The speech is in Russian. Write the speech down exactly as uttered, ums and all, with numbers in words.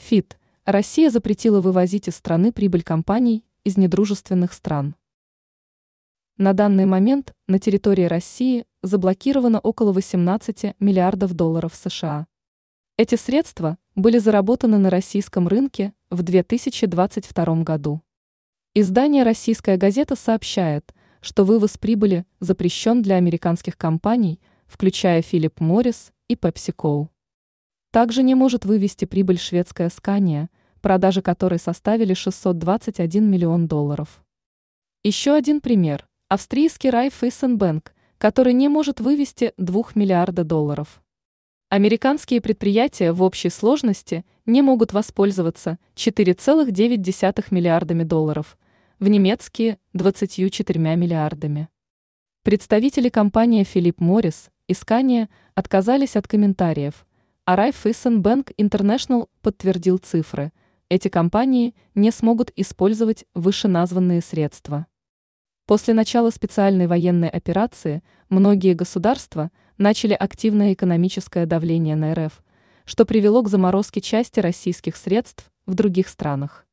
ФИТ. Россия запретила вывозить из страны прибыль компаний из недружественных стран. На данный момент на территории России заблокировано около восемнадцати миллиардов долларов США. Эти средства были заработаны на российском рынке в две тысячи двадцать втором году. Издание «Российская газета» сообщает, что вывоз прибыли запрещен для американских компаний, включая Philip Morris и PepsiCo. Также не может вывести прибыль шведская Scania, продажи которой составили шестьсот двадцать один миллион долларов. Еще один пример – австрийский Raiffeisenbank, который не может вывести двух миллиарда долларов. Американские предприятия в общей сложности не могут воспользоваться четырёх целых девяти десятых миллиардами долларов, в немецкие – двадцатью четырьмя миллиардами. Представители компании Philip Morris и Scania отказались от комментариев, а Raiffeisenbank International подтвердил цифры. Эти компании не смогут использовать вышеназванные средства. После начала специальной военной операции многие государства начали активное экономическое давление на эр эф, что привело к заморозке части российских средств в других странах.